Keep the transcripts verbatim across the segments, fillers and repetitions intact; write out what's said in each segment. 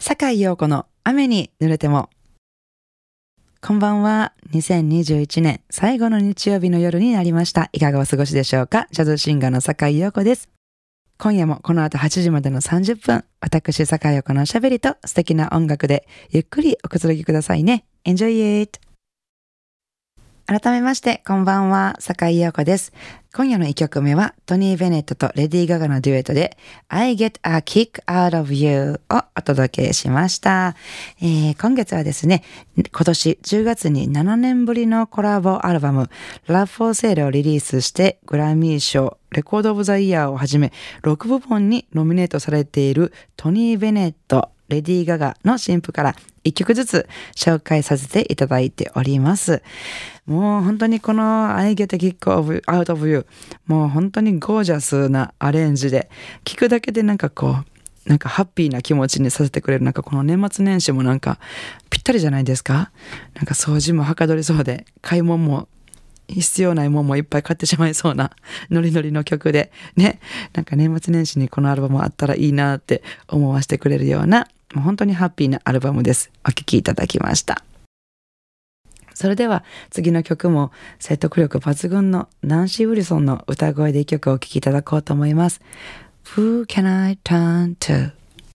坂井陽子の雨に濡れても。こんばんは。にせんにじゅういちねん最後の日曜日の夜になりました。いかがお過ごしでしょうか。ジャズシンガーの坂井陽子です。今夜もこの後はちじまでのさんじゅっぷん、私坂井陽子のおしゃべりと素敵な音楽でゆっくりおくつろぎくださいね。Enjoy it! 改めましてこんばんは、坂井陽子です。今夜のいっきょくめはトニー・ベネットとレディー・ガガのデュエットで I Get a Kick Out of You をお届けしました、えー、今月はですね、今年じゅうがつにななねんぶりのコラボアルバム Love for Sale をリリースしてグラミー賞レコードオブザイヤーをはじめろくぶもんにノミネートされているトニー・ベネット、レディー・ガガの新譜からいっきょくずつ紹介させていただいております。もう本当にこの I Get a Kick Out of You もう本当にゴージャスなアレンジで聞くだけでなんかこうなんかハッピーな気持ちにさせてくれる。なんかこの年末年始もなんかぴったりじゃないですか。なんか掃除もはかどりそうで買い物も必要ないもんもいっぱい買ってしまいそうなノリノリの曲でね、なんか年末年始にこのアルバムあったらいいなって思わせてくれるようなもう本当にハッピーなアルバムです。お聴きいただきました。それでは次の曲も説得力抜群のナンシー・ウィルソンの歌声で一曲お聴きいただこうと思います。Who can I turn to?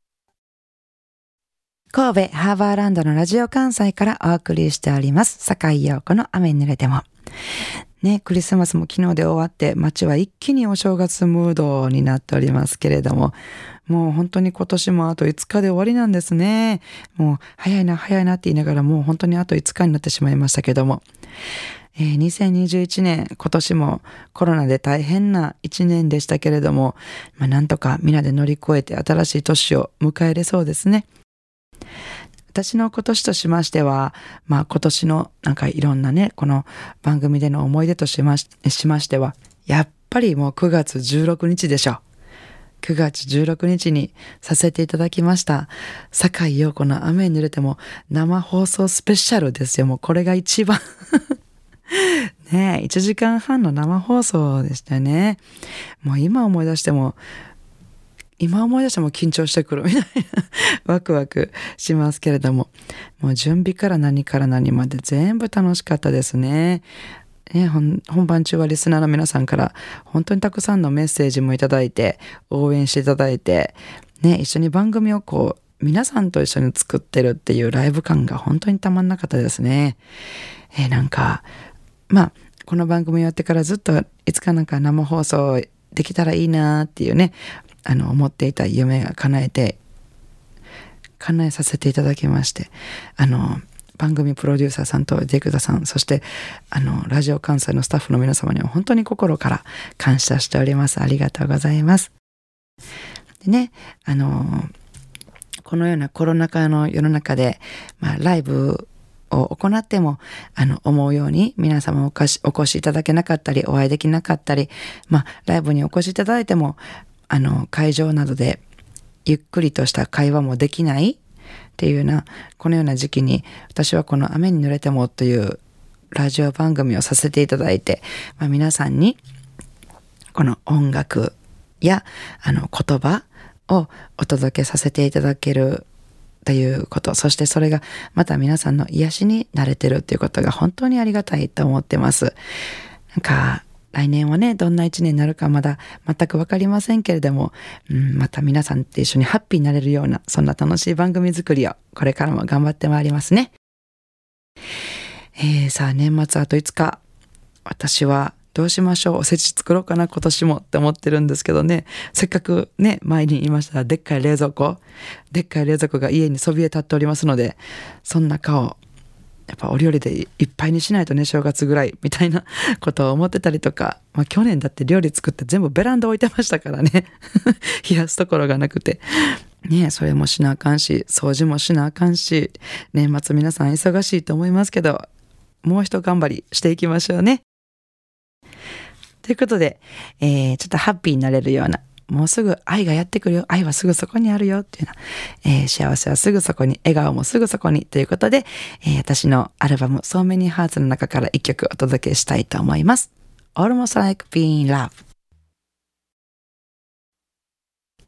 神戸ハーバーランドのラジオ関西からお送りしております坂井陽子の雨に濡れてもね、クリスマスも昨日で終わって街は一気にお正月ムードになっておりますけれども、もう本当に今年もあといつかで終わりなんですね。もう早いな早いなって言いながらもう本当にあといつかになってしまいましたけども、えー、にせんにじゅういちねん今年もコロナで大変ないちねんでしたけれども、まあ、なんとか皆で乗り越えて新しい年を迎えれそうですね。私の今年としましては、まあ今年のなんかいろんなね、この番組での思い出としまし、しましては、やっぱりもうくがつじゅうろくにちでしょう。くがつじゅうろくにちにさせていただきました。坂井陽子の雨に濡れても生放送スペシャルですよ。もうこれが一番。ねえ、いちじかんはんの生放送でしたよね。もう今思い出しても、今思い出しても緊張してくるみたいなワクワクしますけれども、もう準備から何から何まで全部楽しかったですね。ね、本, 本番中はリスナーの皆さんから本当にたくさんのメッセージもいただいて応援していただいて、ね、一緒に番組をこう皆さんと一緒に作ってるっていうライブ感が本当にたまんなかったですね。えー、なんかまあこの番組やってからずっといつかなんか生放送できたらいいなっていうね、あの思っていた夢が叶えて叶えさせていただきまして、あの番組プロデューサーさんとディレクターさん、そしてあのラジオ関西のスタッフの皆様には本当に心から感謝しております。ありがとうございます。でね、あのこのようなコロナ禍の世の中で、まあ、ライブを行ってもあの思うように皆様お越し、お越しいただけなかったりお会いできなかったり、まあ、ライブにお越しいただいてもあの会場などでゆっくりとした会話もできないっていうようなこのような時期に、私はこの雨に濡れてもというラジオ番組をさせていただいて、まあ、皆さんにこの音楽やあの言葉をお届けさせていただけるということ、そしてそれがまた皆さんの癒しになれてるっていうことが本当にありがたいと思ってます。なんか来年はね、どんな一年になるかまだ全く分かりませんけれども、うん、また皆さんと一緒にハッピーになれるような、そんな楽しい番組作りをこれからも頑張ってまいりますね。えー、さあ年末あといつか、私はどうしましょう、おせち作ろうかな今年もって思ってるんですけどね、せっかくね前に言いましたでっかい冷蔵庫でっかい冷蔵庫が家にそびえ立っておりますので、そんな顔やっぱお料理でいっぱいにしないとね、正月ぐらいみたいなことを思ってたりとか、まあ、去年だって料理作って全部ベランダ置いてましたからね冷やすところがなくてね、それもしなあかんし、掃除もしなあかんし、年末皆さん忙しいと思いますけど、もう一頑張りしていきましょうね。ということで、えー、ちょっとハッピーになれるような、もうすぐ愛がやってくるよ、愛はすぐそこにあるよっていうような、えー、幸せはすぐそこに、笑顔もすぐそこにということで、えー、私のアルバム So Many Hearts の中から一曲お届けしたいと思います。Almost Like Being Loved。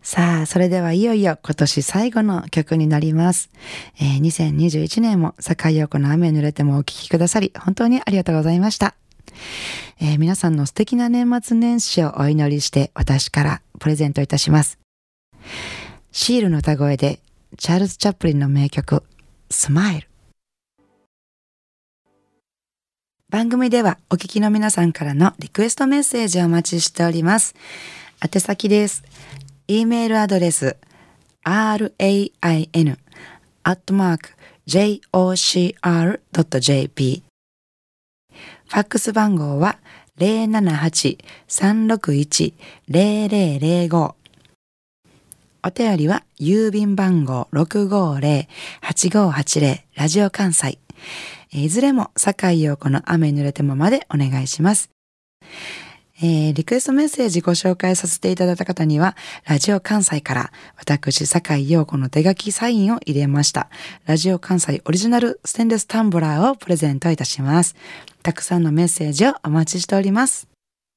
さあ、それではいよいよ今年最後の曲になります。えー、にせんにじゅういちねんも坂井陽子の雨濡れてもお聴きくださり、本当にありがとうございました。えー、皆さんの素敵な年末年始をお祈りして私からプレゼントいたします。シールの歌声でチャールズ・チャップリンの名曲スマイル。番組ではお聞きの皆さんからのリクエストメッセージをお待ちしております。宛先です。E メールアドレス ライン アットマーク ジェイオーシーアールドットジェーピー。ファックス番号は ゼロななはち さんろくいち ゼロゼロゼロご。お便りは郵便番号 ろくごーぜろ はちごーはちぜろ ラジオ関西。いずれも坂井陽子の雨濡れてもまでお願いします。えー、リクエストメッセージご紹介させていただいた方には、ラジオ関西から私、坂井陽子の手書きサインを入れました。ラジオ関西オリジナルステンレスタンブラーをプレゼントいたします。たくさんのメッセージをお待ちしております。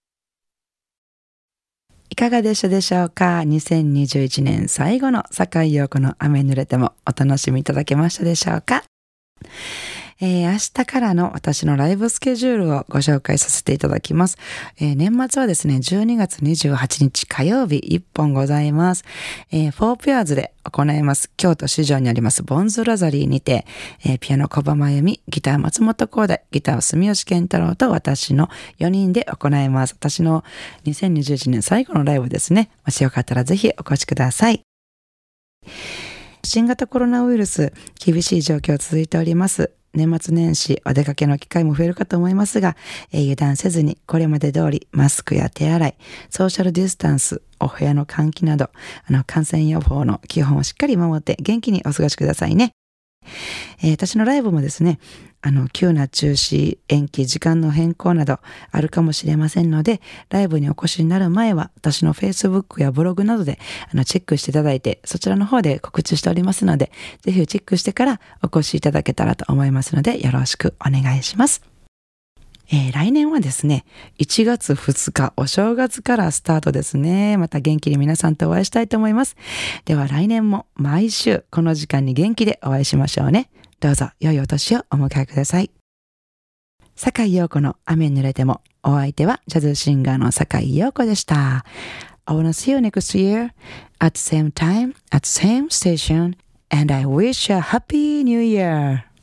いかがでしたでしょうか。にせんにじゅういちねん最後の坂井陽子の雨濡れてもお楽しみいただけましたでしょうか。えー、明日からの私のライブスケジュールをご紹介させていただきます。えー、年末はですね、じゅうにがつにじゅうはちにち火曜日いっぽんございます。えー、フォーペアーズで行います。京都市場にありますボンズラザリーにて、えー、ピアノ小葉真由美、ギター松本光大、ギター住吉健太郎と私のよにんで行います。私のにせんにじゅういちねん最後のライブですね。もしよかったらぜひお越しください。新型コロナウイルス、厳しい状況続いております。年末年始お出かけの機会も増えるかと思いますが、えー、油断せずにこれまで通りマスクや手洗い、ソーシャルディスタンス、お部屋の換気など、あの感染予防の基本をしっかり守って元気にお過ごしくださいね。えー、私のライブもですね、あの急な中止、延期、時間の変更などあるかもしれませんので、ライブにお越しになる前は私の Facebook やブログなどであのチェックしていただいて、そちらの方で告知しておりますので、ぜひチェックしてからお越しいただけたらと思いますので、よろしくお願いします。えー、来年はですね、いちがつふつかお正月からスタートですね。また元気に皆さんとお会いしたいと思います。では来年も毎週この時間に元気でお会いしましょうね。どうぞ良いお年をお迎えください。坂井陽子の雨に濡れても、お相手はジャズシンガーの坂井陽子でした。I wanna see you next year at the same time, at the same station, and I wish you a happy new year.